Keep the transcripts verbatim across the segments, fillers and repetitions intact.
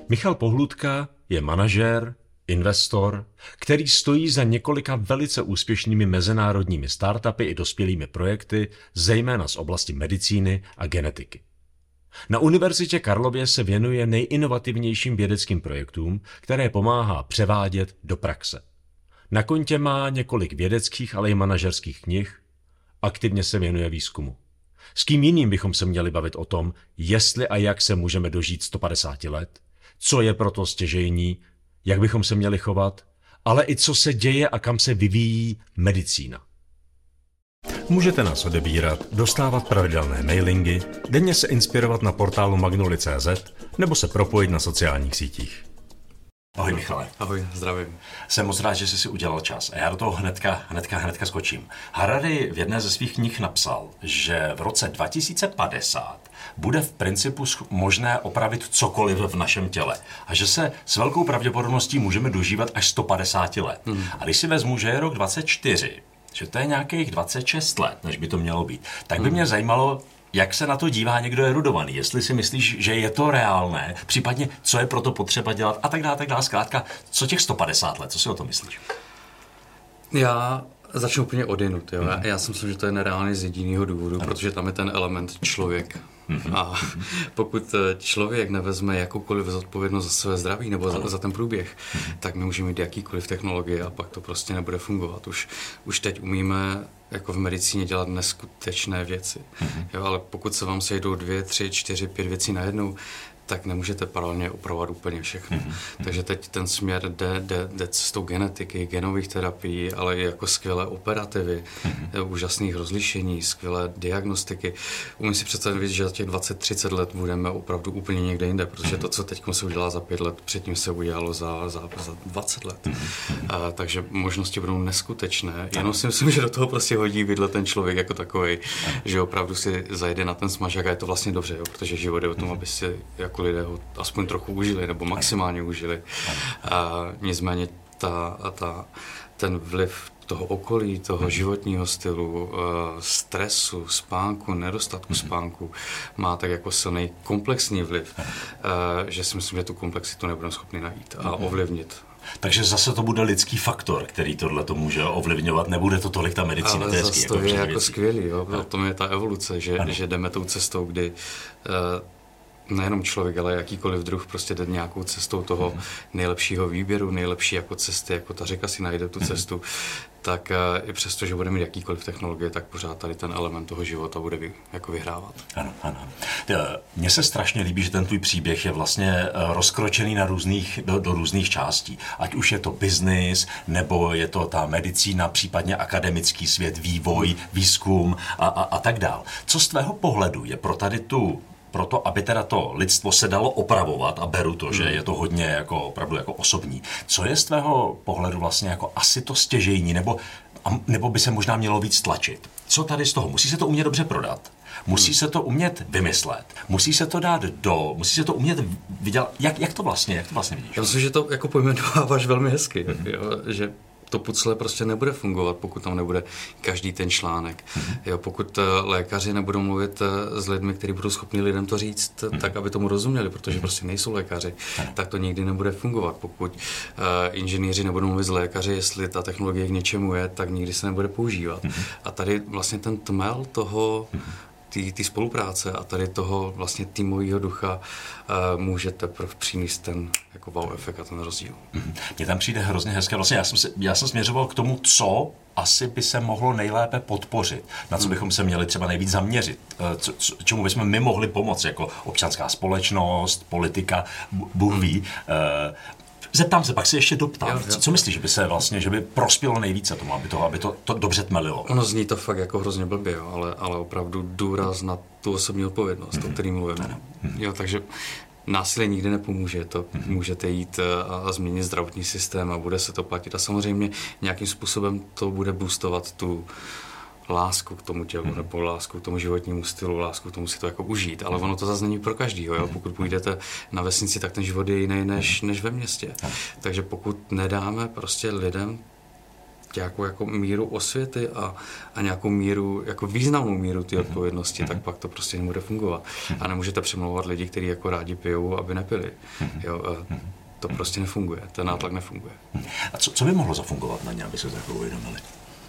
Michal Pohlůdka je manažer, investor, který stojí za několika velice úspěšnými mezinárodními startupy i dospělými projekty, zejména z oblasti medicíny a genetiky. Na Univerzitě Karlově se věnuje nejinovativnějším vědeckým projektům, které pomáhá převádět do praxe. Na kontě má několik vědeckých, ale i manažerských knih, aktivně se věnuje výzkumu. S kým jiným bychom se měli bavit o tom, jestli a jak se můžeme dožít sto padesát let, co je proto stěžejní, jak bychom se měli chovat, ale i co se děje a kam se vyvíjí medicína. Můžete nás odebírat, dostávat pravidelné mailingy, denně se inspirovat na portálu magnoli tečka cé zet nebo se propojit na sociálních sítích. Ahoj Michale. Ahoj, zdravím. Jsem moc rád, že jsi si udělal čas a já do toho hnedka, hnedka, hnedka skočím. Harari v jedné ze svých knih napsal, že v roce dva tisíce padesát bude v principu možné opravit cokoliv v našem těle a že se s velkou pravděpodobností můžeme dožívat až sto padesát let. Hmm. A když si vezmu, že je rok dvacet čtyři, že to je nějakých dvacet šest let, než by to mělo být, tak by mě hmm. zajímalo, jak se na to dívá někdo erudovaný, jestli si myslíš, že je to reálné, případně co je proto potřeba dělat a tak dále, tak dále. Zkrátka, co těch sto padesát let, co si o tom myslíš? Já začnu úplně odinut, jo. Mm. Já si myslím, že to je nereálné z jediného důvodu, ano. Protože tam je ten element člověk. Mm-hmm. A pokud člověk nevezme jakoukoliv zodpovědnost za své zdraví nebo za, za ten průběh, mm-hmm. tak my můžeme mít jakýkoliv technologie a pak to prostě nebude fungovat. Už, už teď umíme jako v medicíně dělat neskutečné věci. Mm-hmm. Jo, ale pokud se vám sejdou dvě, tři, čtyři, pět věcí najednou, tak nemůžete paralelně opravovat úplně všechno. Mm-hmm. Takže teď ten směr jde, jde, jde cestou genetiky, genových terapií, ale i jako skvělé operativy, mm-hmm. úžasných rozlišení, skvělé diagnostiky. Umím si představit, že za těch dvacet třicet let budeme opravdu úplně někde jinde, protože to, co teď se udělá za pět let, předtím se udělalo za, za, za dvacet let. Mm-hmm. A, takže možnosti budou neskutečné. Jenom si myslím, že do toho prostě hodí vidle ten člověk jako takovej, že opravdu si zajde na ten smažák a je to vlastně dobře, jo, protože život je o tom, aby si jako lidé ho aspoň trochu užili, nebo maximálně užili. A nicméně ta, ta, ten vliv toho okolí, toho hmm. životního stylu, stresu, spánku, nedostatku hmm. spánku má tak jako silný komplexní vliv, hmm. že si myslím, že tu komplexitu nebudeme schopni najít a hmm. ovlivnit. Takže zase to bude lidský faktor, který tohle to může ovlivňovat, nebude to tolik ta medicína. Ale zase to jako je jako věcí. Skvělý, jo? O tom je ta evoluce, že, že jdeme tou cestou, kdy nejenom člověk, ale jakýkoliv druh prostě jde nějakou cestou toho nejlepšího výběru, nejlepší jako cesty, jako ta řeka si najde tu cestu, tak i přesto, že budeme mít jakýkoliv technologie, tak pořád tady ten element toho života bude vy, jako vyhrávat. Ano, ano. Mně se strašně líbí, že ten tvůj příběh je vlastně rozkročený na různých, do, do různých částí. Ať už je to biznis, nebo je to ta medicína, případně akademický svět, vývoj, výzkum a, a, a tak dál. Co z tvého pohledu je pro tady tu proto, aby teda to lidstvo se dalo opravovat, a beru to, že je to hodně jako opravdu jako osobní. Co je z tvého pohledu vlastně jako asi to stěžejní, nebo, nebo by se možná mělo víc tlačit? Co tady z toho? Musí se to umět dobře prodat? Musí se to umět vymyslet? Musí se to dát do... Musí se to umět vydělat? Jak, jak to vlastně, jak to vlastně vidíš? Já myslím, že to jako pojmenováváš velmi hezky, mm-hmm. jo, že to pucle prostě nebude fungovat, pokud tam nebude každý ten článek. Mm-hmm. Jo, pokud lékaři nebudou mluvit s lidmi, kteří budou schopni lidem to říct, mm-hmm. tak aby tomu rozuměli, protože mm-hmm. prostě nejsou lékaři, mm-hmm. tak to nikdy nebude fungovat. Pokud uh, inženýři nebudou mluvit s lékaři, jestli ta technologie k něčemu je, tak nikdy se nebude používat. Mm-hmm. A tady vlastně ten tmel toho mm-hmm. té spolupráce a tady toho vlastně týmového ducha uh, může teprve přinést ten jako wow efekt a ten rozdíl. Mm-hmm. Mně tam přijde hrozně hezké. Vlastně já jsem, se, já jsem směřoval k tomu, co asi by se mohlo nejlépe podpořit, na co bychom se měli třeba nejvíc zaměřit, co, co, čemu bychom my mohli pomoct, jako občanská společnost, politika, Bůh ví. Uh, Zeptám se, pak se ještě doptám. Jo, jo. Co, co myslíš, že by se vlastně, že by prospělo nejvíce tomu, aby to, aby to, to dobře tmelilo? Ono zní to fakt jako hrozně blbě, jo, ale, ale opravdu důraz na tu osobní odpovědnost, mm-hmm. o který mluvím. Mm-hmm. Jo, takže násilí nikdy nepomůže, to mm-hmm. můžete jít a, a změnit zdravotní systém a bude se to platit. A samozřejmě nějakým způsobem to bude boostovat tu lásku k tomu tělu, mm. nebo lásku k tomu životnímu stylu, lásku k tomu si to jako užít, ale ono to zase není pro každýho, jo? Pokud půjdete na vesnici, tak ten život je jiný než, než ve městě. Takže pokud nedáme prostě lidem nějakou jako míru osvěty a, a nějakou míru, jako významnou míru té odpovědnosti, tak pak to prostě nebude fungovat. A nemůžete přemlouvat lidi, kteří jako rádi pijou, aby nepili. Jo, to prostě nefunguje, ten nátlak nefunguje. A co, co by mohlo zafungovat na ně, aby se tak uvědomili?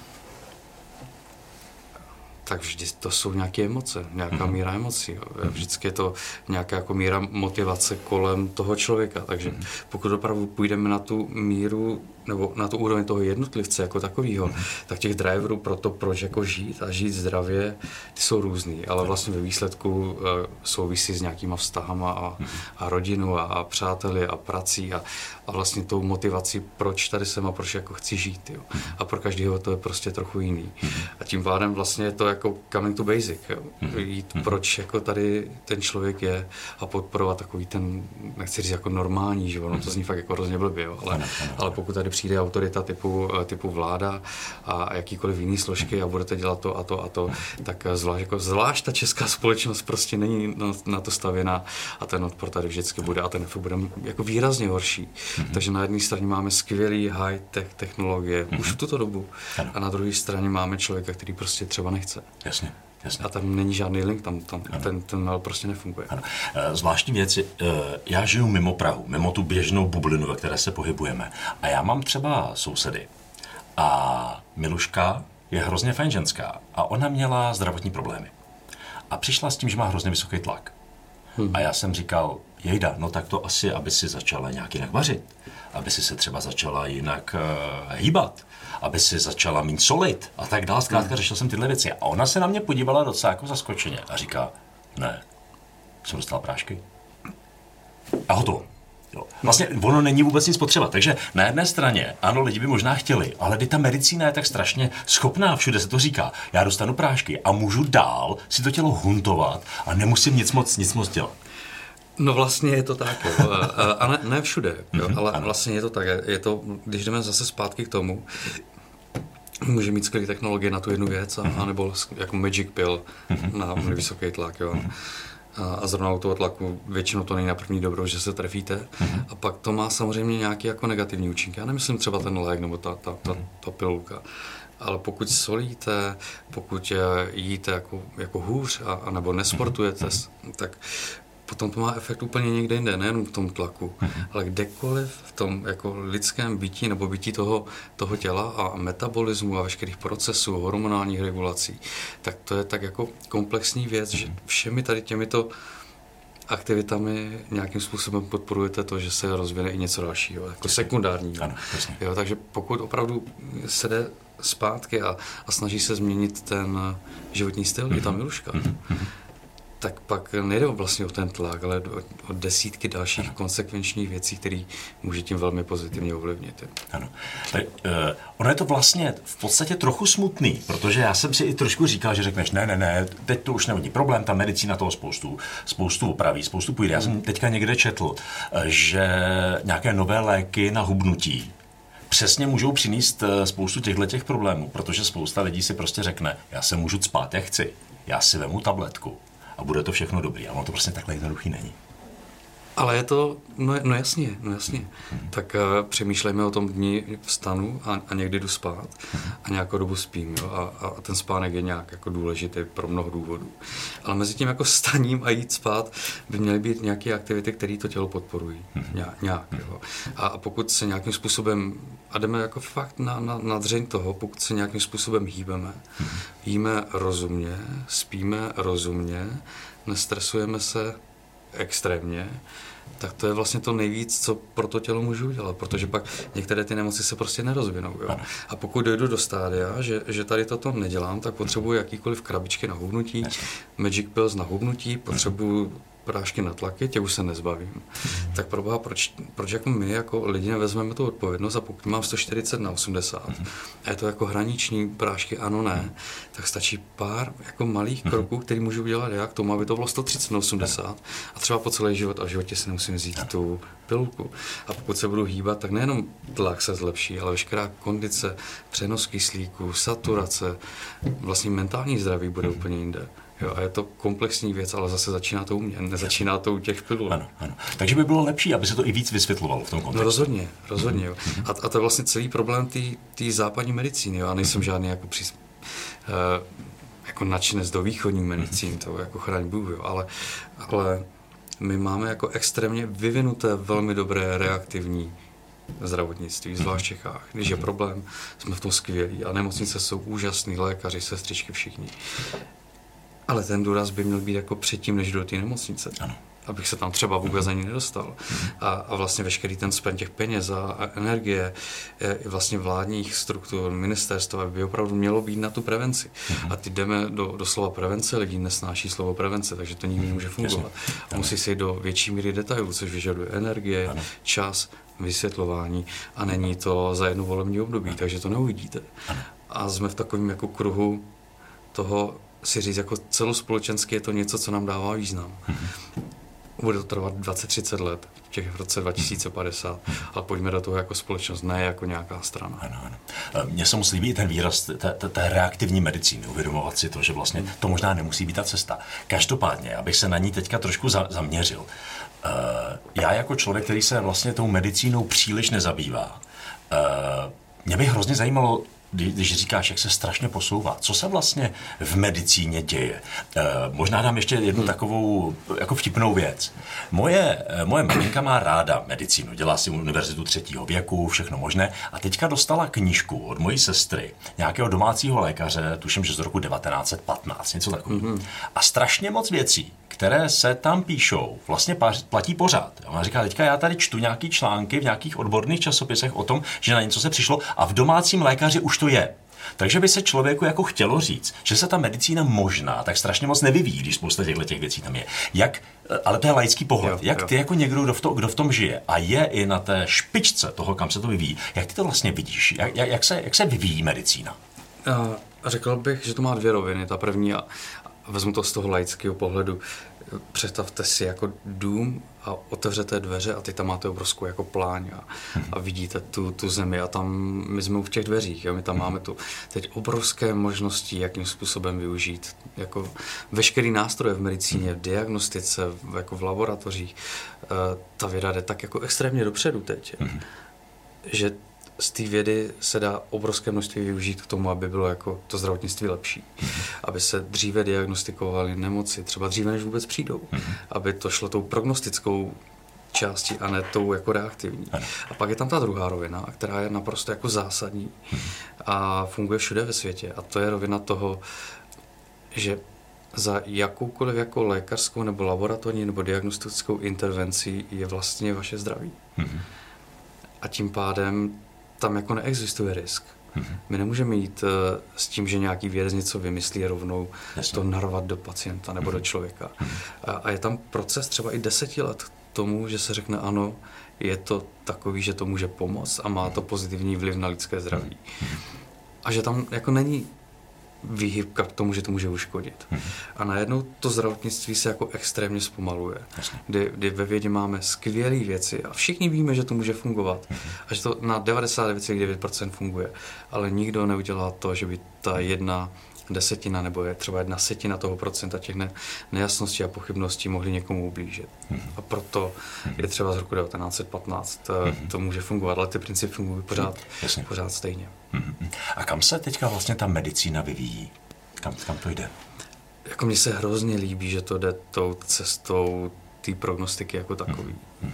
Tak vždy to jsou nějaké emoce, nějaká mm. míra emocí. Jo. Vždycky je to nějaká jako míra motivace kolem toho člověka. Takže mm. pokud opravdu půjdeme na tu míru nebo na tu úroveň toho jednotlivce jako takového, mm. tak těch driverů pro to, proč jako žít a žít zdravě, ty jsou různý. Ale vlastně ve výsledku uh, souvisí s nějakýma vztahama a, mm. a rodinou a, a přáteli a prací a, a vlastně tou motivací, proč tady jsem a proč jako chci žít. Jo. Mm. A pro každého to je prostě trochu jiný. Mm. A tím pádem vlastně je to jako coming to basic. Jo. Jít, mm. proč jako tady ten člověk je a podporovat takový ten, nechci říct jako normální život, no to zní fakt jako hrozně blbě, jo. Ale, ale pokud tady přijde autorita typu, typu vláda a jakýkoliv jiný složky a budete dělat to a to a to, tak zvlášť, jako, zvlášť ta česká společnost prostě není na, na to stavěná a ten odpor tady vždycky bude a ten efekt bude jako výrazně horší. Mm-hmm. Takže na jedné straně máme skvělý high-tech technologie mm-hmm. už v tuto dobu ano. a na druhé straně máme člověka, který prostě třeba nechce. Jasně. Jasně. A tam není žádný link, tam, tam ten, ten prostě nefunguje. Ano. Zvláštní věc je, já žiju mimo Prahu, mimo tu běžnou bublinu, ve které se pohybujeme. A já mám třeba sousedy. A Miluška je hrozně fajn ženská. A ona měla zdravotní problémy. A přišla s tím, že má hrozně vysoký tlak. Hmm. A já jsem říkal, jejda, no tak to asi, aby si začala nějak jinak vařit. Aby si se třeba začala jinak uh, hýbat. Aby si začala mít solit a tak dál. Zkrátka řešil jsem tyhle věci. A ona se na mě podívala docela jako zaskočeně a říká, ne, jsem dostala prášky. A hotovo. Jo. Vlastně ono není vůbec nic potřeba. Takže na jedné straně, ano, lidi by možná chtěli, ale kdy ta medicína je tak strašně schopná, všude se to říká. Já dostanu prášky a můžu dál si to tělo huntovat a nemusím nic moc, nic moc dělat. No vlastně je to tak, jo. A ne, ne všude, jo, ale ano. Vlastně je to tak. Je to, když jdeme zase zpátky k tomu, může mít skvělé technologie na tu jednu věc, a, uh-huh. anebo jako magic pill uh-huh. na vysoký tlak, jo. Uh-huh. A, a zrovna u toho tlaku většinou to není na první dobro, že se trefíte. Uh-huh. A pak to má samozřejmě nějaké jako negativní účinky. Já nemyslím třeba ten lék nebo ta, ta, ta, ta pilulka. Ale pokud solíte, pokud jíte jako, jako hůř, a, a nebo nesportujete, uh-huh. tak potom to má efekt úplně někde jinde, nejen v tom tlaku, mm-hmm. ale kdekoliv v tom jako lidském bytí nebo bytí toho, toho těla a metabolismu a veškerých procesů, hormonálních regulací, tak to je tak jako komplexní věc, mm-hmm. že všemi tady těmito aktivitami nějakým způsobem podporujete to, že se rozvine i něco dalšího, jako sekundární. Ano, jo, takže pokud opravdu se jde zpátky a, a snaží se změnit ten životní styl, mm-hmm. je ta Miluška, mm-hmm. tak pak nejde vlastně o ten tlak, ale o, o desítky dalších ano. konsekvenčních věcí, které může tím velmi pozitivně ovlivnit. Ano. Tak, uh, ono je to vlastně v podstatě trochu smutný, protože já jsem si i trošku říkal, že řekneš, ne, ne, ne, teď to už není problém, ta medicína toho spoustu, spoustu opraví, spoustu půjde. Já jsem teďka někde četl, že nějaké nové léky na hubnutí přesně můžou přinést spoustu těchto problémů, protože spousta lidí si prostě řekne, já se můžu cpát, jak chci, já si vemu tabletku. A bude to všechno dobrý. A ono to prostě takhle jednoduchý není. Ale je to, no, no jasně, no jasně. Hmm. Tak uh, přemýšlejme o tom dni vstanu a, a někdy jdu spát hmm. a nějakou dobu spím. Jo? A, a ten spánek je nějak jako důležitý pro mnoho důvodů. Ale mezi tím jako staním a jít spát by měly být nějaké aktivity, které to tělo podporují. Hmm. Nějak, nějak jo? A, a pokud se nějakým způsobem, a jdeme jako fakt na, na, na dřeň toho, pokud se nějakým způsobem hýbeme, hmm. jíme rozumně, spíme rozumně, nestresujeme se extrémně, tak to je vlastně to nejvíc, co pro to tělo můžu udělat, protože pak některé ty nemoci se prostě nerozvinou. Jo? A pokud dojdu do stádia, že, že tady toto nedělám, tak potřebuji jakýkoliv krabičky na hubnutí, magic pills na hubnutí, potřebuji prášky na tlaky, těch už se nezbavím. Mm. Tak proboha, proč, proč jako my jako lidi nevezmeme tu odpovědnost a pokud mám sto čtyřicet na osmdesát mm. a je to jako hraniční prášky, ano, ne, mm. tak stačí pár jako malých mm. kroků, který můžu udělat já k tomu, aby to bylo sto třicet na osmdesát a třeba po celý život a v životě si nemusím vzít tu pilulku. A pokud se budu hýbat, tak nejenom tlak se zlepší, ale veškerá kondice, přenos kyslíku, saturace, vlastně mentální zdraví bude úplně jinde. Jo, a je to komplexní věc, ale zase začíná to u mě, nezačíná to u těch pilul. Ano, ano. Takže by bylo lepší, aby se to i víc vysvětlovalo v tom kontextu. No rozhodně, rozhodně. Jo. A, a to je vlastně celý problém té západní medicíny. Jo. Já nejsem žádný jako, při, uh, jako nadšenec do východní medicíny, to jako chraň Bůh, jo. Ale, ale my máme jako extrémně vyvinuté, velmi dobré reaktivní zdravotnictví, zvlášť v Čechách. Když je problém, jsme v tom skvělí a nemocnice jsou úžasný, lékaři, sestřičky, všichni. Ale ten důraz by měl být jako předtím, než do té nemocnice. Ano. Abych se tam třeba vůbec ani nedostal. A, a vlastně veškerý ten spend těch peněz a, a energie i vlastně vládních struktur, ministerstva by opravdu mělo být na tu prevenci. A ty jdeme do, do slova prevence, lidi nesnáší slovo prevence, takže to nikdy nemůže fungovat. A musí se jít do větší míry detailů, což vyžaduje energie, ano. čas, vysvětlování a není to za jedno volební období, takže to neuvidíte. A jsme v takovém jako kruhu toho si říct, jako celospolečensky je to něco, co nám dává význam. Bude to trvat dvacet třicet let, v těch v roce dva tisíce padesát, ale pojďme do toho jako společnost, ne jako nějaká strana. Ano, ano. Mně se moc líbí ten výraz té, té, té reaktivní medicíny, uvědomovat si to, že vlastně to možná nemusí být ta cesta. Každopádně, abych se na ní teďka trošku za, zaměřil. Uh, já jako člověk, který se vlastně tou medicínou příliš nezabývá, uh, mě by hrozně zajímalo, když říkáš, jak se strašně posouvá. Co se vlastně v medicíně děje? E, možná dám ještě jednu takovou jako vtipnou věc. Moje, moje maminka má ráda medicínu, dělá si univerzitu třetího věku, všechno možné a teďka dostala knížku od mojí sestry, nějakého domácího lékaře, tuším, že z roku devatenáct set patnáct, něco takového. Mm-hmm. A strašně moc věcí, které se tam píšou, vlastně platí pořád. Ona říká, teďka já tady čtu nějaký články v nějakých odborných časopisech o tom, že na něco se přišlo a v domácím lékaři už to je. Takže by se člověku jako chtělo říct, že se ta medicína možná tak strašně moc nevyvíjí, když spousta těchto těch věcí tam je. Jak, ale to je laický pohled. Jo, jak ty jo. jako někdo, kdo v, to, kdo v tom žije a je i na té špičce toho, kam se to vyvíjí, jak ty to vlastně vidíš? Jak, jak, jak, se, jak se vyvíjí medicína? Uh, řekl bych, že to má dvě roviny. Ta první, a, a vezmu to z toho laického pohledu, představte si jako dům a otevřete dveře a teď tam máte obrovskou jako pláň a, a vidíte tu, tu zemi a tam my jsme v těch dveřích, jo? My tam máme tu teď obrovské možnosti, jakým způsobem využít jako veškerý nástroje v medicíně, v diagnostice, v, jako v laboratořích. E, ta věda jde tak jako extrémně dopředu teď, že z té vědy se dá obrovské množství využít k tomu, aby bylo jako to zdravotnictví lepší. Aby se dříve diagnostikovaly nemoci, třeba dříve, než vůbec přijdou. Aby to šlo tou prognostickou částí a ne tou jako reaktivní. A pak je tam ta druhá rovina, která je naprosto jako zásadní a funguje všude ve světě. A to je rovina toho, že za jakoukoliv jako lékařskou nebo laboratorní nebo diagnostickou intervencí je vlastně vaše zdraví. A tím pádem tam jako neexistuje risk. Mm-hmm. My nemůžeme jít uh, s tím, že nějaký vědec něco vymyslí rovnou Jasně. to narvat do pacienta nebo mm-hmm. do člověka. Mm-hmm. A, a je tam proces třeba i deseti let k tomu, že se řekne ano, je to takový, že to může pomoct a má to pozitivní vliv na lidské zdraví. Mm-hmm. A že tam jako není výhybka k tomu, že to může uškodit. Mm-hmm. A najednou to zdravotnictví se jako extrémně zpomaluje. Kdy, kdy ve vědě máme skvělé věci a všichni víme, že to může fungovat. Mm-hmm. A že to na devadesát devět celá devět procent funguje. Ale nikdo neudělá to, že by ta jedna desetina nebo je třeba jedna setina toho procenta těch ne, nejasností a pochybností mohly někomu ublížit. Mm-hmm. A proto mm-hmm. je třeba z roku devatenáct set patnáct mm-hmm. to může fungovat, ale ty principy fungují pořád, mm-hmm. pořád stejně. Mm-hmm. A kam se teďka vlastně ta medicína vyvíjí? Kam, kam to jde? Jako mně se hrozně líbí, že to jde tou cestou té prognostiky jako takový. Mm-hmm.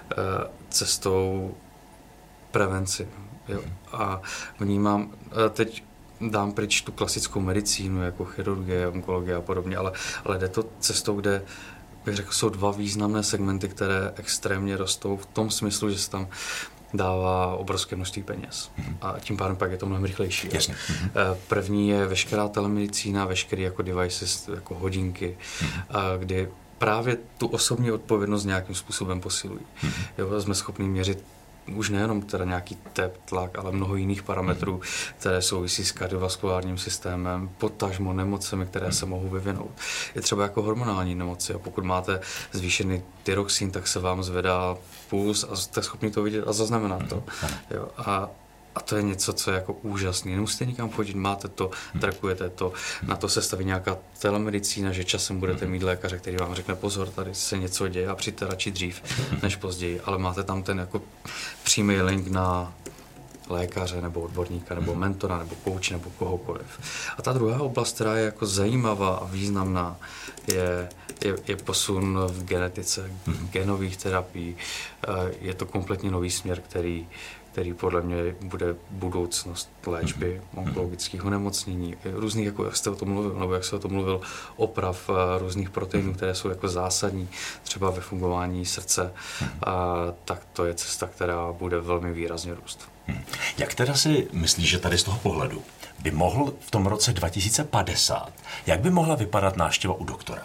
Cestou prevenci. Jo. Mm-hmm. A vnímám, teď dám pryč tu klasickou medicínu, jako chirurgie, onkologie a podobně, ale, ale jde to cestou, kde bych řekl, jsou dva významné segmenty, které extrémně rostou v tom smyslu, že se tam dává obrovské množství peněz. Mm-hmm. A tím pádem pak je to mnohem rychlejší. Jasně. Mm-hmm. První je veškerá telemedicína, veškeré jako devices, jako hodinky, mm-hmm. kdy právě tu osobní odpovědnost nějakým způsobem posilují. Mm-hmm. Jo, jsme schopni měřit už nejenom teda nějaký tep, tlak, ale mnoho jiných parametrů, které souvisí s kardiovaskulárním systémem, potažmo nemocemi, které se mohou vyvinout. Je třeba jako hormonální nemoci a pokud máte zvýšený tyroxin, tak se vám zvedá puls a jste schopni to vidět a zaznamenat to. Jo. A A to je něco, co je jako úžasný. Nemusíte nikam chodit, máte to, trackujete to, na to se staví nějaká telemedicína, že časem budete mít lékaře, který vám řekne pozor, tady se něco děje a přijďte radši dřív než později, ale máte tam ten jako přímý link na lékaře nebo odborníka nebo mentora nebo kouče nebo kohokoliv. A ta druhá oblast, která je jako zajímavá a významná, je, je, je posun v genetice, genových terapií. Je to kompletně nový směr, který který podle mě bude budoucnost léčby onkologických onemocnění, různých, jako jak jste o tom mluvil, nebo jak jste o tom mluvil, oprav různých proteinů, které jsou jako zásadní, třeba ve fungování srdce, a tak to je cesta, která bude velmi výrazně růst. Jak teda si myslíš, že tady z toho pohledu by mohl v tom roce dva tisíce padesát, jak by mohla vypadat návštěva u doktora?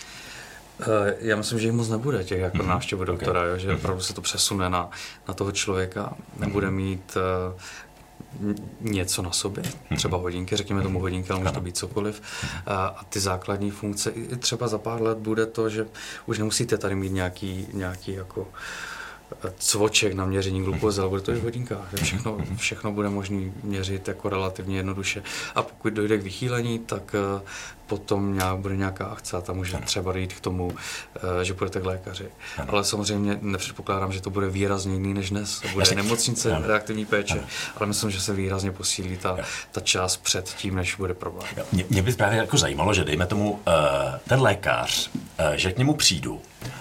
Já myslím, že jich moc nebude, těch jako mm-hmm. návštěvu doktora, okay. jo, že opravdu se to přesune na, na toho člověka, nebude mít uh, něco na sobě, třeba hodinky, řekněme tomu hodinky, ale může to být cokoliv. Uh, a ty základní funkce, i třeba za pár let bude to, že už nemusíte tady mít nějaký, nějaký jako cvoček na měření glukózy, ale bude to i v hodinkách. Všechno, všechno bude možné měřit jako relativně jednoduše. A pokud dojde k vychýlení, tak potom nějak, bude nějaká akce a tam může třeba dojít k tomu, že půjdete k lékaři. Ale samozřejmě nepředpokládám, že to bude výrazně jiný než dnes. Bude nemocnice, reaktivní péče, ale myslím, že se výrazně posílí ta, ta část před tím, než bude problém. Mě, mě by právě jako zajímalo, že dejme tomu ten lékař, že k němu přijdu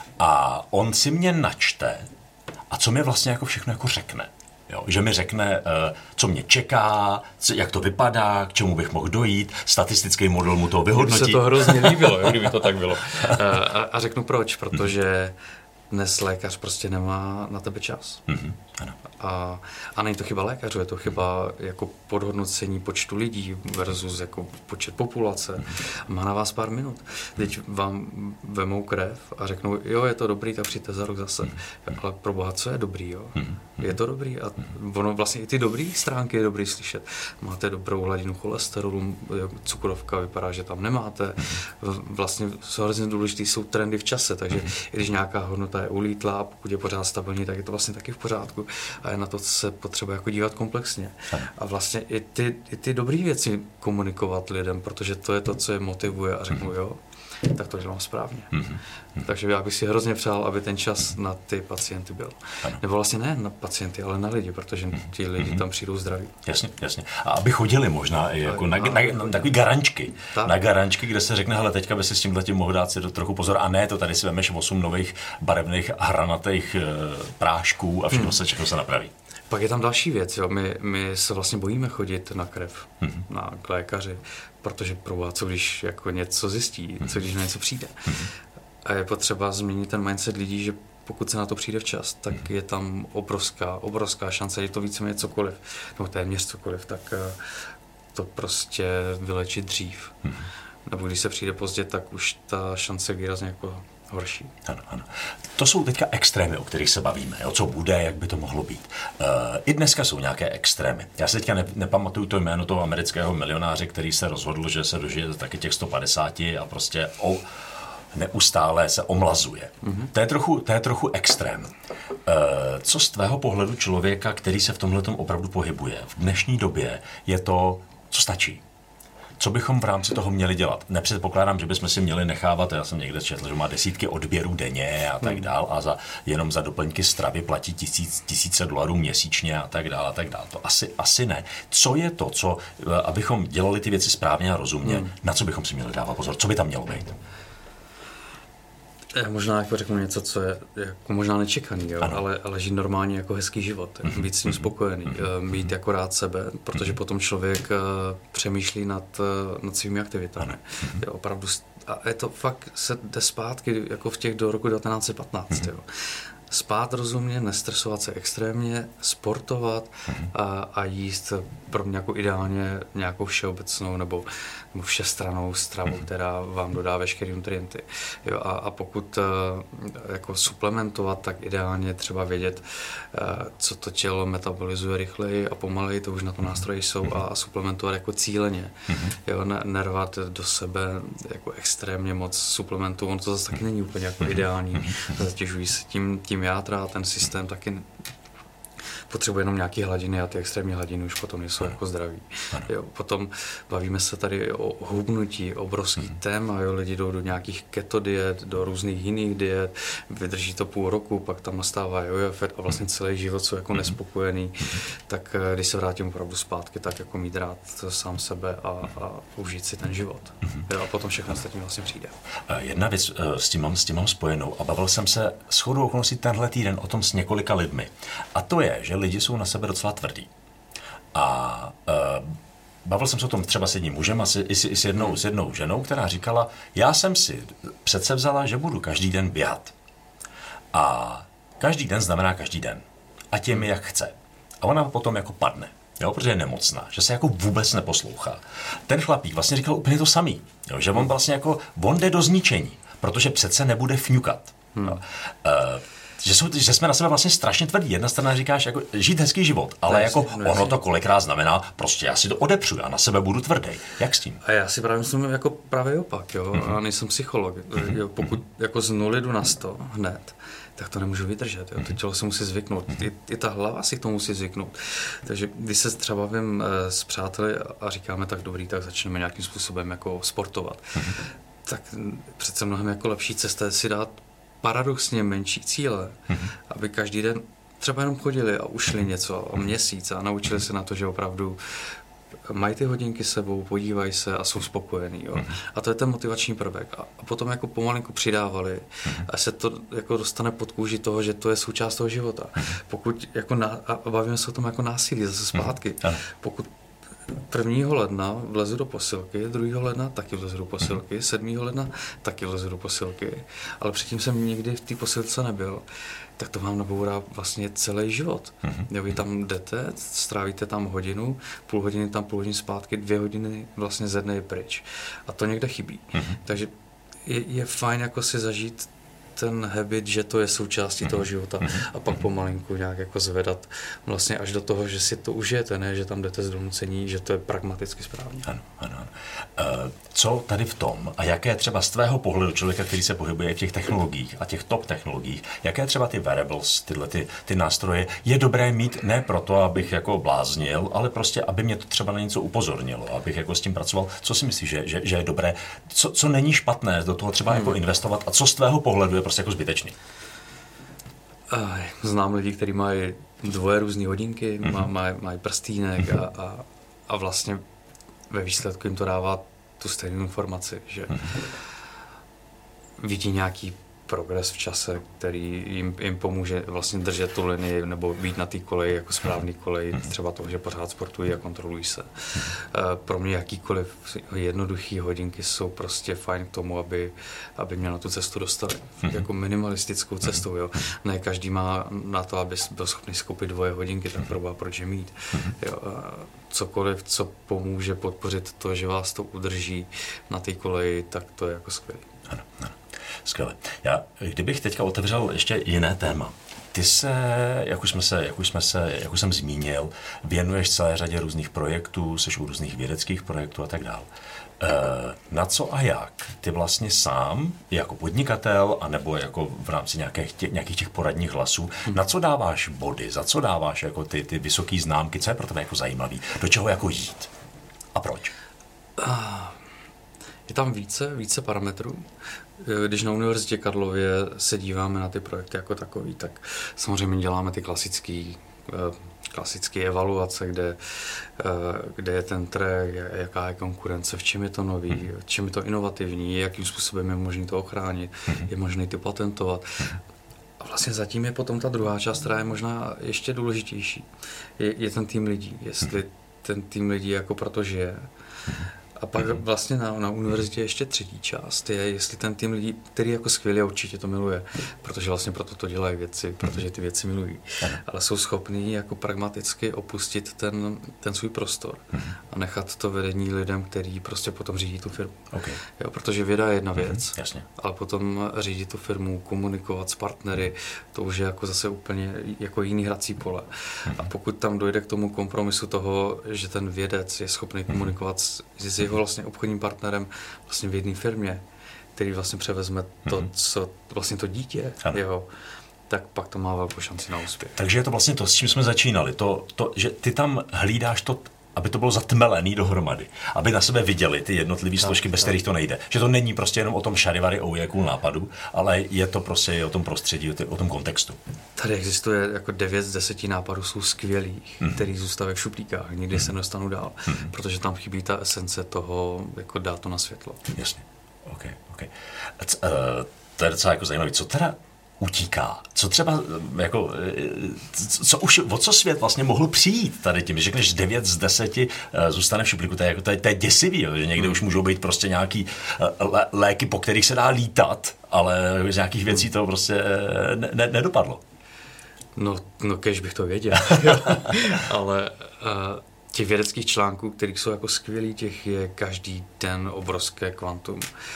a on si mě načte, a co mi vlastně jako všechno jako řekne. Jo? Že mi řekne, co mě čeká, jak to vypadá, k čemu bych mohl dojít, statistický model mu to vyhodnotí. Mně se to hrozně líbilo, jo, kdyby to tak bylo. A, a řeknu proč, protože dnes lékař prostě nemá na tebe čas. Mm-hmm, ano. A, a není to chyba lékařů, je to chyba jako podhodnocení počtu lidí versus jako počet populace. Mm-hmm. Má na vás pár minut. Teď vám vemou krev a řeknou, jo, je to dobrý, tak přijďte za rok zase. Mm-hmm. Ale pro boha, co je dobrý, jo? Mm-hmm. Je to dobrý a ono vlastně i ty dobrý stránky je dobrý slyšet. Máte dobrou hladinu cholesterolu, cukrovka vypadá, že tam nemáte. Vlastně hrozně důležitý jsou trendy v čase, takže mm-hmm. i když nějaká hodnota je ulítla a pokud je pořád stabilní, tak je to vlastně taky v pořádku a je na to se potřeba jako dívat komplexně. A vlastně i ty, i ty dobré věci komunikovat lidem, protože to je to, co je motivuje a řeknu, jo, tak to dělám správně. Mm-hmm. Takže já bych si hrozně přál, aby ten čas na ty pacienty byl. Ano. Nebo vlastně ne na pacienty, ale na lidi, protože ti lidi tam přijdou zdraví. Jasně, jasně. A aby chodili možná i jako na, na, na, na takový garančky. Tak. Na garančky, kde se řekne, hele, teďka by si s tímhletím mohl dát si to trochu pozor. A ne, to tady si vemeš osm nových barevných hranatých e, prášků a všechno, hmm. se, všechno se napraví. Pak je tam další věc, jo. My, my se vlastně bojíme chodit na krev, mm-hmm. na k lékaři, protože proboha, co když jako něco zjistí, mm-hmm. co když na něco přijde. Mm-hmm. A je potřeba změnit ten mindset lidí, že pokud se na to přijde včas, tak mm-hmm. je tam obrovská, obrovská šance, je to víceméně cokoliv, nebo téměř cokoliv, tak to prostě vylečit dřív. Mm-hmm. Nebo když se přijde pozdě, tak už ta šance je výrazně jako horší. Ano, ano. To jsou teďka extrémy, o kterých se bavíme. Jo? Co bude, jak by to mohlo být. Uh, I dneska jsou nějaké extrémy. Já si teďka ne, nepamatuju to jméno toho amerického milionáře, který se rozhodl, že se dožije taky těch sto padesát a prostě o, neustále se omlazuje. Mm-hmm. To je trochu, to je trochu extrém. Uh, co z tvého pohledu člověka, který se v tomhletom opravdu pohybuje v dnešní době, je to, co stačí? Co bychom v rámci toho měli dělat? Nepředpokládám, že bychom si měli nechávat, já jsem někde četl, že má desítky odběrů denně a tak dál a za, jenom za doplňky stravy platí tisíc, tisíce dolarů měsíčně a tak dál a tak dál. To asi, asi ne. Co je to, co, abychom dělali ty věci správně a rozumně, hmm. na co bychom si měli dávat pozor? Co by tam mělo být? Já možná jako řeknu něco, co je jako možná nečekaný, jo? Ale, ale žít normálně jako hezký život, mm-hmm. být s ním spokojený, mm-hmm. mít jako rád sebe, protože potom člověk uh, přemýšlí nad, uh, nad svými aktivitami. Mm-hmm. Jo, opravdu, a je to fakt, se jde zpátky jako v těch do roku devatenáct set patnáct. Mm-hmm. Jo? Spát rozumně, nestresovat se extrémně, sportovat mm-hmm. a, a jíst pro mě jako ideálně nějakou všeobecnou nebo, nebo všestrannou stravu, mm-hmm. která vám dodá veškeré nutrienty. Jo, a, a pokud uh, jako suplementovat, tak ideálně třeba vědět, uh, co to tělo metabolizuje rychleji a pomaleji, to už na to nástroje jsou, mm-hmm. a, a suplementovat jako cíleně. Mm-hmm. Jo, ne, nervat do sebe jako extrémně moc suplementů, on to zase taky není úplně jako ideální, mm-hmm. zatěžují se tím, tím játra a ten systém taky potřebuje jenom nějaký hladiny a ty extrémní hladiny už potom nejsou ano. jako zdraví. Jo, potom bavíme se tady o hubnutí, obrovský hmm. téma, jo, lidi jdou do nějakých keto diet, do různých jiných diet, vydrží to půl roku, pak tam nastává jojo efekt a vlastně celý život jsou jako nespokojený, tak když se vrátím opravdu zpátky, tak jako mít rád sám sebe a, a užít si ten život. Jo, a potom všechno ostatní vlastně přijde. Jedna věc s tím mám, s tím mám spojenou a bavil jsem se shodou okolností tenhle týden o tom s několika lidmi. A to je, že lidi jsou na sebe docela tvrdí. A uh, bavil jsem se o tom třeba s jedním mužem a s, i, i s, jednou, s jednou ženou, která říkala, já jsem si přece vzala, že budu každý den běhat. A každý den znamená každý den. Ať je mi jak chce. A ona potom jako padne. Jo, protože je nemocná, že se jako vůbec neposlouchá. Ten chlapík vlastně říkal úplně to samý, jo, že on vlastně jako, on jde do zničení, protože přece nebude fňukat. Hmm. Uh, že, jsou, že jsme na sebe vlastně strašně tvrdí. Jedna strana říkáš, jako žít hezký život, ale no, jako no, ono to kolikrát znamená, prostě já si to odepřu, já na sebe budu tvrdý. Jak s tím? A já si právě myslím jako právě opak, jo, mm-hmm. a nejsem psycholog. Mm-hmm. Jo, pokud jako z nuly jdu na sto hned, tak to nemůžu vydržet. Jo. To tělo se musí zvyknout. I, I ta hlava si k tomu musí zvyknout. Takže když se třeba bavím e, s přáteli a říkáme tak dobrý, tak začneme nějakým způsobem jako sportovat. Mm-hmm. Tak přece mnohem jako lepší cesta je si dát paradoxně menší cíle, mm-hmm. aby každý den třeba jenom chodili a ušli něco o měsíc a naučili se na to, že opravdu mají ty hodinky sebou, podívají se a jsou spokojení. Jo. Mm-hmm. A to je ten motivační prvek. A, a potom jako pomalinku přidávali mm-hmm. a se to jako dostane pod kůži toho, že to je součást toho života. Mm-hmm. Pokud jako na, a bavíme se o tom jako násilí zase zpátky. Mm-hmm. Pokud prvního ledna vlezu do posilky, druhého ledna taky vlezu do posilky, sedmého ledna taky vlezu do posilky, ale předtím jsem nikdy v té posilce nebyl, tak to vám nabourá vlastně celý život. Mm-hmm. Vy tam jdete, strávíte tam hodinu, půl hodiny tam, půl hodiny zpátky, dvě hodiny vlastně ze dne je pryč. A to někde chybí. Mm-hmm. Takže je, je fajn jako si zažít ten habit, že to je součástí mm-hmm. toho života a pak pomalinku nějak jako zvedat vlastně až do toho, že si to užijete, ne, že tam jdete z donucení, že to je pragmaticky správně. Ano, ano, ano. Uh, co tady v tom a jaké třeba z tvého pohledu člověka, který se pohybuje v těch technologiích a těch top technologiích, jaké třeba ty wearables, tyhle ty, ty nástroje, je dobré mít ne proto, abych jako bláznil, ale prostě, aby mě to třeba na něco upozornilo, abych jako s tím pracoval. Co si myslíš, že, že, že je dobré? Co, co není špatné do toho třeba hmm. jako investovat a co z tvého pohledu je prostě jako zbytečný? Znám lidi, kteří mají dvoje různé hodinky, mm-hmm. mají maj prstýnek mm-hmm. a, a, a vlastně ve výsledku jim to dává tu stejnou informaci, že mm-hmm. vidí nějaký progres v čase, který jim, jim pomůže vlastně držet tu linii nebo být na té koleji jako správný koleji, třeba toho, že pořád sportují a kontrolují se. Pro mě jakýkoliv jednoduchý hodinky jsou prostě fajn k tomu, aby, aby mě na tu cestu dostali. Jako minimalistickou cestou, jo. Ne každý má na to, aby byl schopný si koupit dvoje hodinky, tak proboha, proč je mít. Jo. Cokoliv, co pomůže podpořit to, že vás to udrží na té koleji, tak to je jako skvělý. Ano, ano. Skvěle. Já, kdybych teďka otevřel ještě jiné téma. Ty se, jak už jsme se, jak už jsme se, jak už jsem zmínil, věnuješ celé řadě různých projektů, jsi u různých vědeckých projektů a tak dále. E, na co a jak ty vlastně sám, jako podnikatel, anebo jako v rámci nějakých těch, nějakých těch poradních hlasů, hmm. na co dáváš body, za co dáváš jako ty, ty vysoké známky, co je pro tebe jako zajímavý, do čeho jako jít a proč? Je tam více, více parametrů. Když na Univerzitě Karlově se díváme na ty projekty jako takový, tak samozřejmě děláme ty klasický, klasické evaluace, kde, kde je ten track, jaká je konkurence, v čem je to nový, v čem je to inovativní, jakým způsobem je možné to ochránit, je možné to patentovat. A vlastně zatím je potom ta druhá část, která je možná ještě důležitější. Je, je ten tým lidí, jestli ten tým lidí jako proto žije. A pak vlastně na, na univerzitě ještě třetí část je, jestli ten tým lidí, který jako skvělý určitě to miluje, protože vlastně proto to dělají věci, protože ty věci milují, ale jsou schopní jako pragmaticky opustit ten, ten svůj prostor a nechat to vedení lidem, kteří prostě potom řídí tu firmu. Okay. Jo, protože věda je jedna věc, Jasně. ale potom řídit tu firmu, komunikovat s partnery, to už je jako zase úplně jako jiný hrací pole. A pokud tam dojde k tomu kompromisu toho, že ten vědec je schopný komunikovat s, s jeho vlastně obchodním partnerem vlastně v jedné firmě, který vlastně převezme to, co vlastně to dítě jeho, tak pak to má velkou šanci na úspěch. Takže je to vlastně to, s čím jsme začínali. To, to, že ty tam hlídáš to, aby to bylo zatmelený dohromady. Aby na sebe viděli ty jednotlivé složky, bez kterých to nejde. Že to není prostě jenom o tom šarivary, o jakům nápadu, ale je to prostě o tom prostředí, o tom kontextu. Tady existuje jako devět z deseti nápadů jsou skvělých, mm-hmm. který zůstávají v šuplíkách. Nikdy mm-hmm. se nedostanu dál, mm-hmm. protože tam chybí ta esence toho, jako dát to na světlo. Jasně. OK, OK. C- uh, to je docela jako zajímavé. Co teda utíká? Co třeba, jako, co už, o co svět vlastně mohl přijít tady tím? Když řekneš devět z deseti zůstane v šuplíku, to je, jako, to je, to je děsivý, že někde hmm. už můžou být prostě nějaký lé, léky, po kterých se dá lítat, ale z nějakých věcí to prostě ne, ne, nedopadlo. No, no kež bych to věděl. Ale uh, těch vědeckých článků, kterých jsou jako skvělý, těch je každý den obrovské kvantum.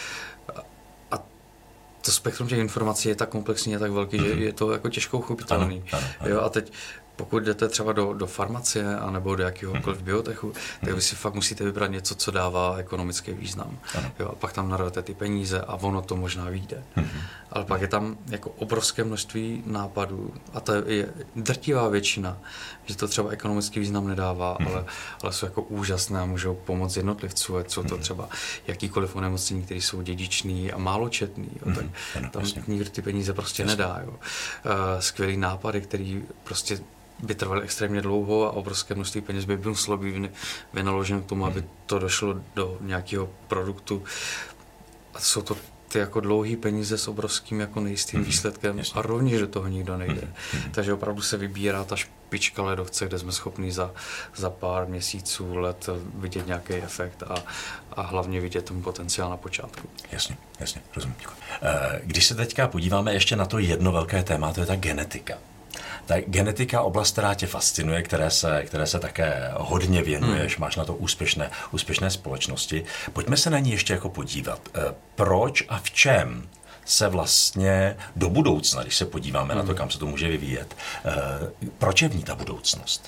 To spektrum těch informací je tak komplexní a tak velký, mm-hmm. že je to jako těžko uchopitelný. Ano, ano, ano. Jo, a teď pokud jdete třeba do, do farmacie anebo do jakéhokoliv biotechu, tak vy si fakt musíte vybrat něco, co dává ekonomický význam. Jo, a pak tam narvete ty peníze a ono to možná vyjde. Mm-hmm. Ale pak je tam jako obrovské množství nápadů a to je drtivá většina, že to třeba ekonomický význam nedává, mm-hmm. ale, ale jsou jako úžasné a můžou pomoct jednotlivců. Jsou to třeba jakýkoliv onemocnění, které jsou dědičný a máločetný. Jo, tak mm-hmm. tam nikdo ty peníze prostě jasně. nedá. Jo. Uh, skvělý nápady, který prostě by trvaly extrémně dlouho a obrovské množství peněz by muselo být vynaloženo k tomu, aby to došlo do nějakého produktu. A jsou to ty jako dlouhý peníze s obrovským jako nejistým mm-hmm. výsledkem Jasně. a rovněž do toho nikdo nejde. Mm-hmm. Takže opravdu se vybírá ta špička ledovce, kde jsme schopni za, za pár měsíců, let vidět nějaký efekt a, a hlavně vidět ten potenciál na počátku. Jasně, jasně, rozumím. Když se teďka podíváme ještě na to jedno velké téma, to je ta genetika. Ta genetika, oblast, která tě fascinuje, které se, které se také hodně věnuješ, hmm. máš na to úspěšné, úspěšné společnosti. Pojďme se na ní ještě jako podívat. Proč a v čem se vlastně do budoucna, když se podíváme hmm. na to, kam se to může vyvíjet, proč je v ní ta budoucnost?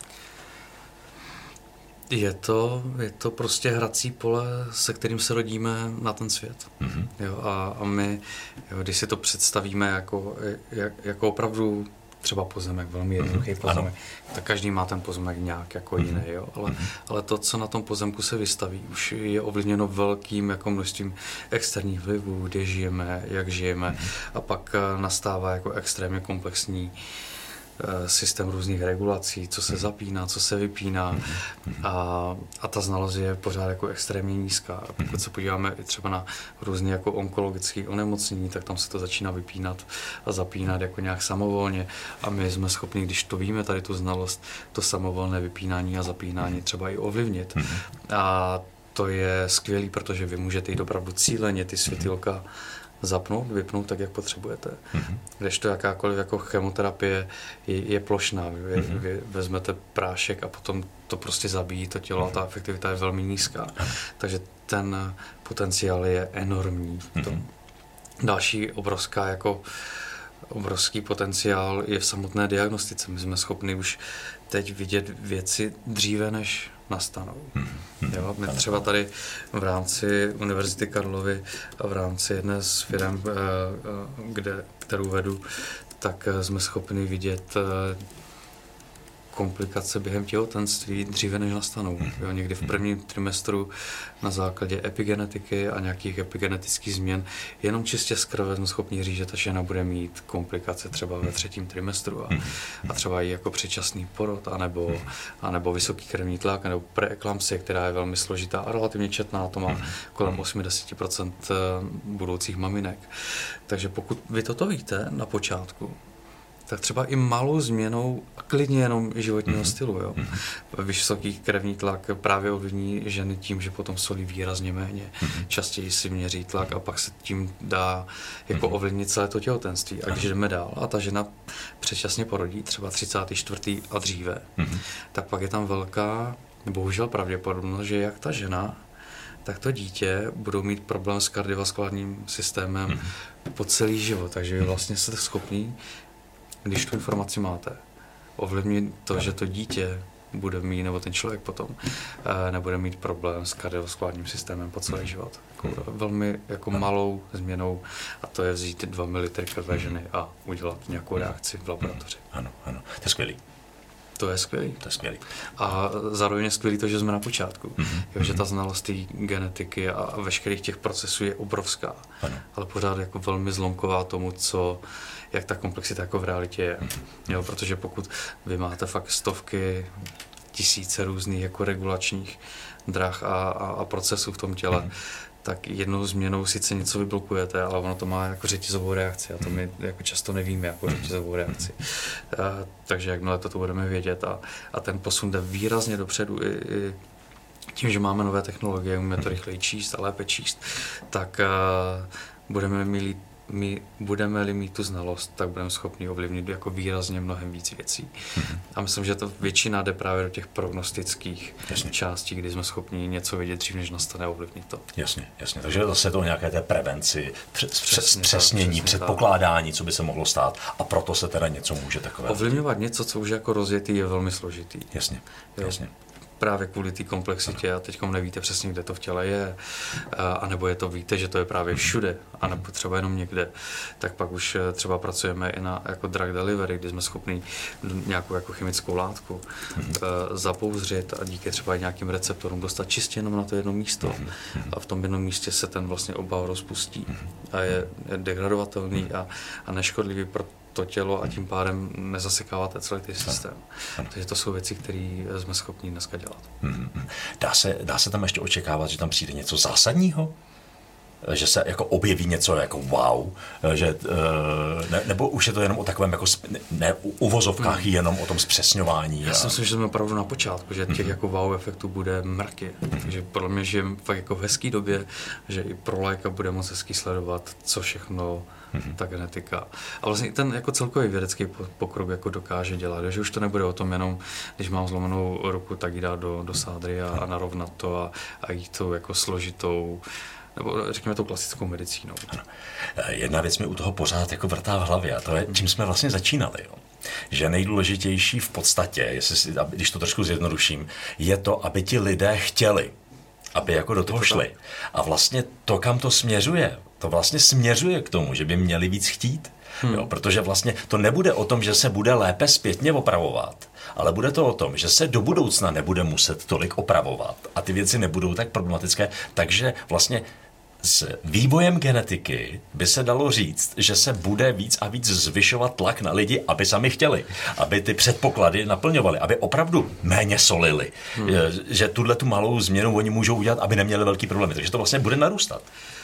Je to, je to prostě hrací pole, se kterým se rodíme na ten svět. Hmm. Jo, a, a my, jo, když si to představíme jako, jak, jako opravdu třeba pozemek, velmi jednoduchý mm-hmm. pozemek, ano. tak každý má ten pozemek nějak jako mm-hmm. jiný, jo? Ale, mm-hmm. ale to, co na tom pozemku se vystaví, už je ovlivněno velkým jako množstvím externích vlivů, kde žijeme, jak žijeme mm-hmm. a pak nastává jako extrémně komplexní systém různých regulací, co se zapíná, co se vypíná a, a ta znalost je pořád jako extrémně nízká. Pokud se podíváme i třeba na různé jako onkologické onemocnění, tak tam se to začíná vypínat a zapínat jako nějak samovolně a my jsme schopni, když to víme, tady tu znalost, to samovolné vypínání a zapínání třeba i ovlivnit. A to je skvělý, protože vy můžete jít opravdu cíleně ty světýlka zapnout, vypnout tak, jak potřebujete. Mm-hmm. Kdežto jakákoliv jako chemoterapie je, je plošná. Vy, mm-hmm. vy vezmete prášek a potom to prostě zabíjí to tělo mm-hmm. a ta efektivita je velmi nízká. Mm-hmm. Takže ten potenciál je enormní. Mm-hmm. To další obrovská jako obrovský potenciál je v samotné diagnostice. My jsme schopni už teď vidět věci dříve, než nastanou. Hmm. Jo, my třeba tady v rámci Univerzity Karlovy a v rámci jedné z firm, kde, kterou vedu, tak jsme schopni vidět komplikace během těhotenství dříve, než nastanou. Jo, někdy v prvním trimestru na základě epigenetiky a nějakých epigenetických změn jenom čistě z krve jsme schopni říct, že ta žena bude mít komplikace třeba ve třetím trimestru a, a třeba i jako předčasný porod, anebo, anebo vysoký krevní tlak, nebo preeklampsie, která je velmi složitá a relativně četná, to má kolem osmdesát procent budoucích maminek. Takže pokud vy toto víte na počátku, tak třeba i malou změnou, klidně jenom životního mm-hmm. stylu. Jo. Mm-hmm. Vysoký krevní tlak právě ovlivní ženy tím, že potom solí výrazně méně. Mm-hmm. Častěji si měří tlak a pak se tím dá jako mm-hmm. ovlivnit celé to těhotenství. A když jdeme dál a ta žena předčasně porodí, třeba třicátý čtvrtý a dříve, mm-hmm. tak pak je tam velká, bohužel pravděpodobnost, že jak ta žena, tak to dítě budou mít problém s kardiovaskulárním systémem mm-hmm. po celý život. Takže vy vlastně jste schopní, když tu informaci máte, ovlivnit to, že to dítě bude mít, nebo ten člověk potom nebude mít problém s kardiovaskulárním systémem po celý život. Jako velmi jako malou změnou a to je vzít dva mililitry krve ženy a udělat nějakou reakci v laboratoři. Ano, ano, to je skvělý. To je skvělý. To je skvělý. A zároveň je skvělý to, že jsme na počátku. Mm-hmm. Jo, že ta znalost té genetiky a veškerých těch procesů je obrovská. Ano. Ale pořád jako velmi zlomková tomu, co, jak ta komplexita jako v realitě je. Mm-hmm. Jo, protože pokud vy máte fakt stovky, tisíce různých jako regulačních drah a, a, a procesů v tom těle, mm-hmm. tak jednou změnou sice něco vyblokujete, ale ono to má jako řetězovou reakci a to my jako často nevíme jako řetězovou reakci. A, takže jakmile to budeme vědět a, a ten posun jde výrazně dopředu i, i tím, že máme nové technologie, umíme to rychleji číst a lépe číst, tak a, budeme mít my budeme-li mít tu znalost, tak budeme schopni ovlivnit jako výrazně mnohem víc věcí. Mm-hmm. A myslím, že to většina jde právě do těch prognostických jasně. částí, kdy jsme schopni něco vědět dřív, než nastane, ovlivnit to. Jasně, jasně. Takže zase to nějaké té prevenci, přesnění, předpokládání, co by se mohlo stát a proto se teda něco může takové. Ovlivňovat něco, co už je jako rozjetý, je velmi složitý. Jasně, jo? jasně. Právě kvůli té komplexitě a teď nevíte přesně, kde to v těle je, anebo je to víte, že to je právě všude, anebo třeba jenom někde, tak pak už třeba pracujeme i na jako drug delivery, kdy jsme schopni nějakou jako chemickou látku mm-hmm. zapouzřit a díky třeba i nějakým receptorům dostat čistě jenom na to jedno místo mm-hmm. a v tom jednom místě se ten vlastně obal rozpustí a je, je degradovatelný a, a neškodlivý pro to tělo a tím pádem nezasekáváte celý ten systém. Ano. Takže to jsou věci, které jsme schopni dneska dělat. Hmm. Dá se, dá se tam ještě očekávat, že tam přijde něco zásadního? Že se jako objeví něco jako wow, že, ne, nebo už je to jenom o takovém jako ne, uvozovkách hmm. jenom o tom zpřesňování. Já a... si myslím, že jsme opravdu na počátku, že těch hmm. jako wow efektů bude mraky. Hmm. Takže podle mě žijeme fakt jako v hezký době, že i pro laika bude moc hezký sledovat, co všechno hmm. ta genetika. A vlastně ten jako celkový vědecký pokrok jako dokáže dělat, že už to nebude o tom jenom, když mám zlomenou ruku, tak ji dát do, do sádry a, a narovnat to a, a jít tou jako složitou nebo řekněme tou klasickou medicínou. Ano. Jedna věc mi u toho pořád jako vrtá v hlavě a to je, čím jsme vlastně začínali. Jo. Že nejdůležitější v podstatě, jestli si, když to trošku zjednoduším, je to, aby ti lidé chtěli, aby jako do toho šli. A vlastně to, kam to směřuje, to vlastně směřuje k tomu, že by měli víc chtít. Hmm. Jo, protože vlastně to nebude o tom, že se bude lépe zpětně opravovat, ale bude to o tom, že se do budoucna nebude muset tolik opravovat a ty věci nebudou tak problematické, takže vlastně s vývojem genetiky by se dalo říct, že se bude víc a víc zvyšovat tlak na lidi, aby sami chtěli, aby ty předpoklady naplňovali, aby opravdu méně solili, hmm. že tuhle tu malou změnu oni můžou udělat, aby neměli velký problémy, takže to vlastně bude narůstat.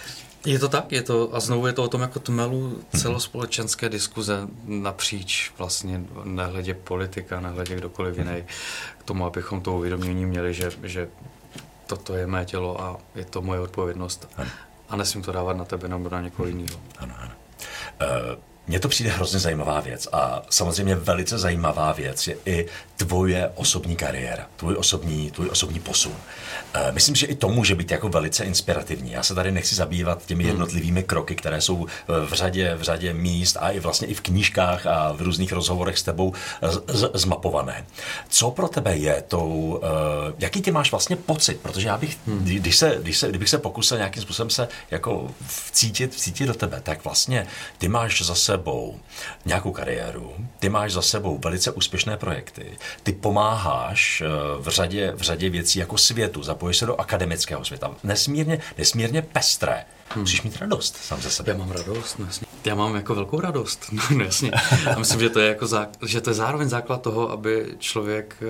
Je to tak, je to, a znovu je to o tom jako tmelu celospolečenské diskuze napříč vlastně nehledě politika, nehledě kdokoliv jiný, k tomu, abychom to uvědomění měli, že, že toto je mé tělo a je to moje odpovědnost ano. a nesmím to dávat na tebe nebo na někoho jiného. Ano, ano. Uh... Mně to přijde hrozně zajímavá věc a samozřejmě velice zajímavá věc je i tvoje osobní kariéra, tvůj osobní, tvůj osobní posun. Myslím, že i to může být jako velice inspirativní. Já se tady nechci zabývat těmi jednotlivými kroky, které jsou v řadě, v řadě míst a i vlastně i v knížkách a v různých rozhovorech s tebou z- zmapované. Co pro tebe je tou, jaký ty máš vlastně pocit? Protože já bych, když se, když se, kdybych se pokusil nějakým způsobem se jako vcítit, vcítit do tebe, tak vlastně ty máš zase sebou nějakou kariéru, ty máš za sebou velice úspěšné projekty, ty pomáháš v řadě, v řadě věcí jako světu, zapojíš se do akademického světa. Nesmírně, nesmírně pestré. Hmm. Musíš mít radost sám ze sebe. Já mám radost, no jasně. Já mám jako velkou radost, no, no jasně. A myslím, že to je jako zá, že to je zároveň základ toho, aby člověk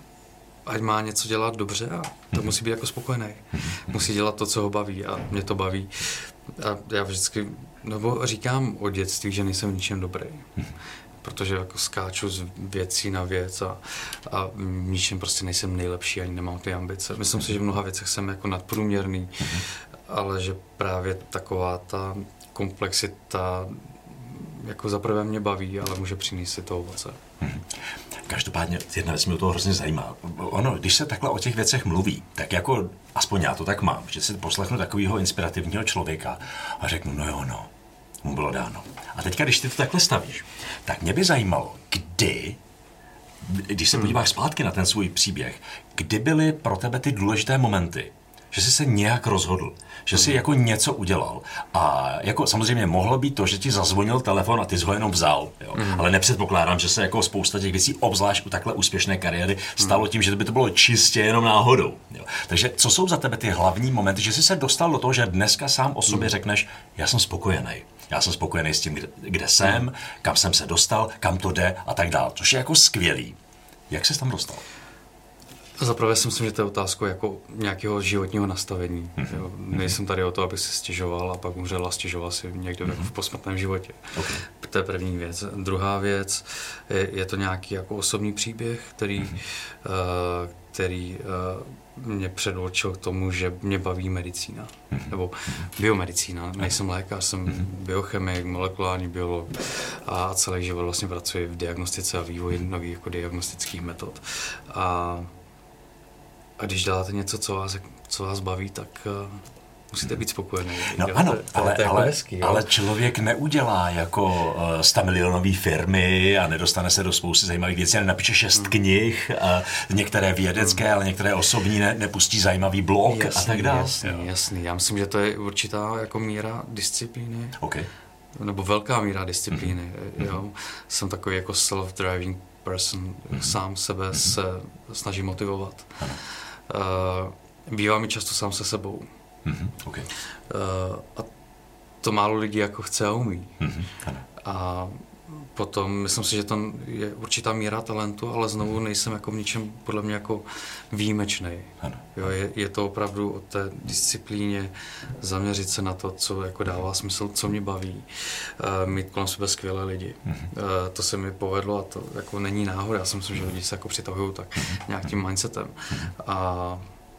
ať má něco dělat dobře a to hmm. musí být jako spokojený. Hmm. Musí dělat to, co ho baví a mě to baví. A já vždycky, nebo říkám o dětství, že nejsem v ničem dobrý. Hmm. Protože jako skáču z věcí na věc a, a v ničem prostě nejsem nejlepší, ani nemám ty ambice. Myslím si, že v mnoha věcech jsem jako nadprůměrný, hmm. ale že právě taková ta komplexita jako zaprvé mě baví, ale může přinést si to ovoce. Hmm. Každopádně jedna věc mě toho hrozně zajímá. Ono, když se takhle o těch věcech mluví, tak jako, aspoň já to tak mám, že si poslechnu takového inspirativního člověka a řeknu, no jo, no, mu bylo dáno. A teďka, když ty to takhle stavíš, tak mě by zajímalo, kdy Když se podíváš zpátky na ten svůj příběh, kdy byly pro tebe ty důležité momenty, že jsi se nějak rozhodl, že jsi jako něco udělal. A jako samozřejmě mohlo být to, že ti zazvonil telefon a ty jsi ho jenom vzal. Jo? Mm. Ale nepředpokládám, že se jako spousta těch věcí, obzvlášť u takhle úspěšné kariéry, stalo tím, že by to bylo čistě jenom náhodou. Jo? Takže co jsou za tebe ty hlavní momenty, že jsi se dostal do toho, že dneska sám o sobě řekneš, já jsem spokojený. Já jsem spokojený s tím, kde, kde jsem, kam jsem se dostal, kam to jde a tak dál. Což je jako skvělý. Jak ses tam dostal? Zaprvé si myslím, že to je otázka jako nějakého životního nastavení. Mm-hmm. Jo. Nejsem tady o to, abych se stěžoval a pak umřel a stěžoval si někdo mm-hmm. v posmrtném životě. Okay. To je první věc. Druhá věc, je, je to nějaký jako osobní příběh, který, mm-hmm. uh, který uh, mě předurčil k tomu, že mě baví medicína. Mm-hmm. Nebo biomedicína. Nejsem lékař, jsem mm-hmm. biochemik, molekulární biolog a celý život vlastně pracuji v diagnostice a vývoji nových jako diagnostických metod. A A když děláte něco, co vás, co vás baví, tak uh, musíte být spokojený. No jo? ano, to, to, ale, to je ale, hezký, ale člověk neudělá jako uh, stamilionové firmy a nedostane se do spousty zajímavých věcí, nenapíše šest hmm. knih, uh, některé vědecké, hmm. ale některé osobní, ne, nepustí zajímavý blog jasný, a tak dále. Jasný, jasný. Já myslím, že to je určitá jako míra disciplíny. Okay. Nebo velká míra disciplíny. Hmm. Jo? Jsem takový jako self-driving person, mm-hmm. sám sebe mm-hmm. se snaží motivovat. Uh, bývá mi často sám se sebou. Mm-hmm. Okay. Uh, a to málo lidí jako chce a umí. Mm-hmm. A potom myslím si, že to je určitá míra talentu, ale znovu nejsem jako v ničem podle mě jako výjimečnej. Jo, je, je to opravdu o té disciplíně, zaměřit se na to, co jako dává smysl, co mě baví, uh, mít kolem sebe skvělé lidi. Mm-hmm. Uh, to se mi povedlo a to jako není náhoda. Já si myslím, že lidi se jako přitahují tak nějak tím mindsetem. A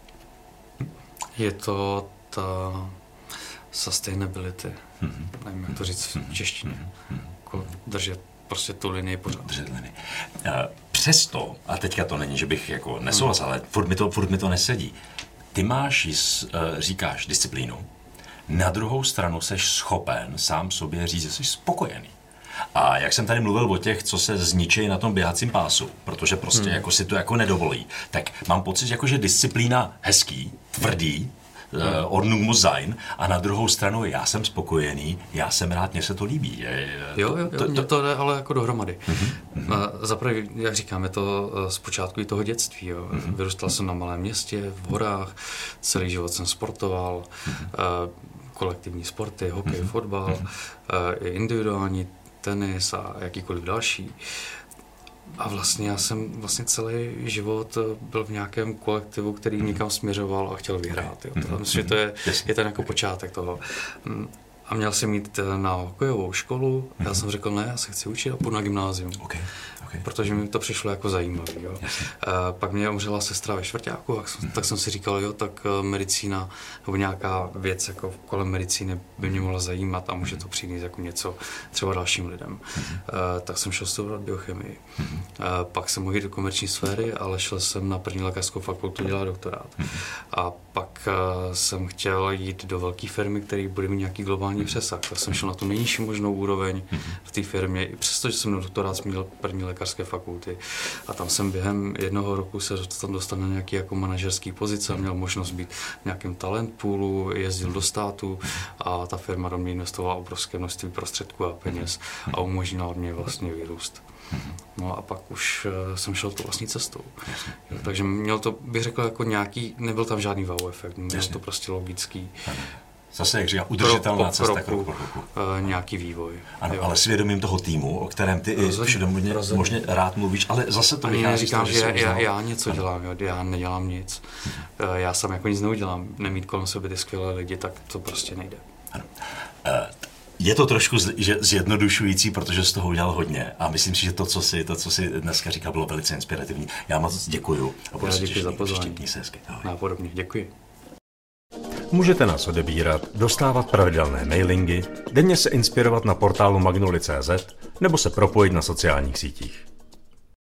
je to ta sustainability. Mm-hmm. Nevím, jak to říct v češtině. Mm-hmm. Jako držet prostě tu linii pořád. Držet linii. Uh, přesto, a teďka to není, že bych jako nesouhlasil, ale furt mi to, furt mi to nesedí. Ty máš, uh, říkáš, disciplínu. Na druhou stranu seš schopen sám sobě říct, že jsi spokojený. A jak jsem tady mluvil o těch, co se zničí na tom běhacím pásu, protože prostě hmm. jako si to jako nedovolí, tak mám pocit, jako, že disciplína hezký, tvrdý, Hmm. Ordnung muss sein, a na druhou stranu já jsem spokojený, já jsem rád, mně se to líbí. Je, jo, jo, jo, to, to, to jde ale jako dohromady. Mm-hmm. Zaprvé, jak říkáme, to z počátku i toho dětství. Jo. Mm-hmm. Vyrůstal jsem na malém městě, v horách, celý život jsem sportoval, mm-hmm. kolektivní sporty, hokej, mm-hmm. fotbal, mm-hmm. individuální tenis a jakýkoliv další. A vlastně já jsem vlastně celý život byl v nějakém kolektivu, který někam směřoval a chtěl vyhrát. Jo. To, myslím, že to je, je ten jako počátek toho. A měl jsem jít na hokejovou školu, já jsem řekl, ne, já se chci učit a půjdu na gymnázium. Okay. Okay. Protože mi to přišlo jako zajímavé. Jo. Pak mě umřela sestra ve čtvrťáku, tak jsem, tak jsem si říkal, jo, tak medicína nebo nějaká věc jako kolem medicíny by mě mohla zajímat a může to přinést jako něco třeba dalším lidem. Mm-hmm. Tak jsem šel studovat biochemii. Mm-hmm. Pak jsem mohl jít do komerční sféry, ale šel jsem na první lékařskou fakultu dělat doktorát. Mm-hmm. A pak jsem chtěl jít do velké firmy, který bude mít nějaký globální přesah. Tak jsem šel na tu nejnižší možnou úroveň mm-hmm. v té firmě, i přesto, že jsem na doktorát měl první lékařské fakulty. A tam jsem během jednoho roku se tam dostal na nějaký jako manažerský pozice, měl možnost být v nějakém talent poolu, jezdil do státu a ta firma do mě investovala obrovské množství prostředků a peněz a umožnila mě vlastně vyrůst. No a pak už uh, jsem šel tu vlastní cestou. Jo, takže měl to, bych řekl, jako nějaký, nebyl tam žádný wow efekt, měl Jasně. to prostě logický. Zase, jak říkám, udržitelná pro, cesta krok po kroku. Uh, nějaký vývoj. Ano, ale svědomím toho týmu, o kterém ty rozhodně, možně, možně rád mluvíš, ale zase to vychází z toho, že já, já něco ano. dělám, jo, já nedělám nic. Hmm. Uh, já sám jako nic neudělám, nemít kolem sebe ty skvělé lidi, tak to prostě nejde. Ano. Uh, Je to trošku zjednodušující, protože jsi toho udělal hodně a myslím si, že to, co jsi, to, co jsi dneska říkal, bylo velice inspirativní. Já moc děkuju. A Já děkuji za pozvání. Nápodobně, děkuji. Můžete nás odebírat, dostávat pravidelné mailingy, denně se inspirovat na portálu magnoli tečka cé zet nebo se propojit na sociálních sítích.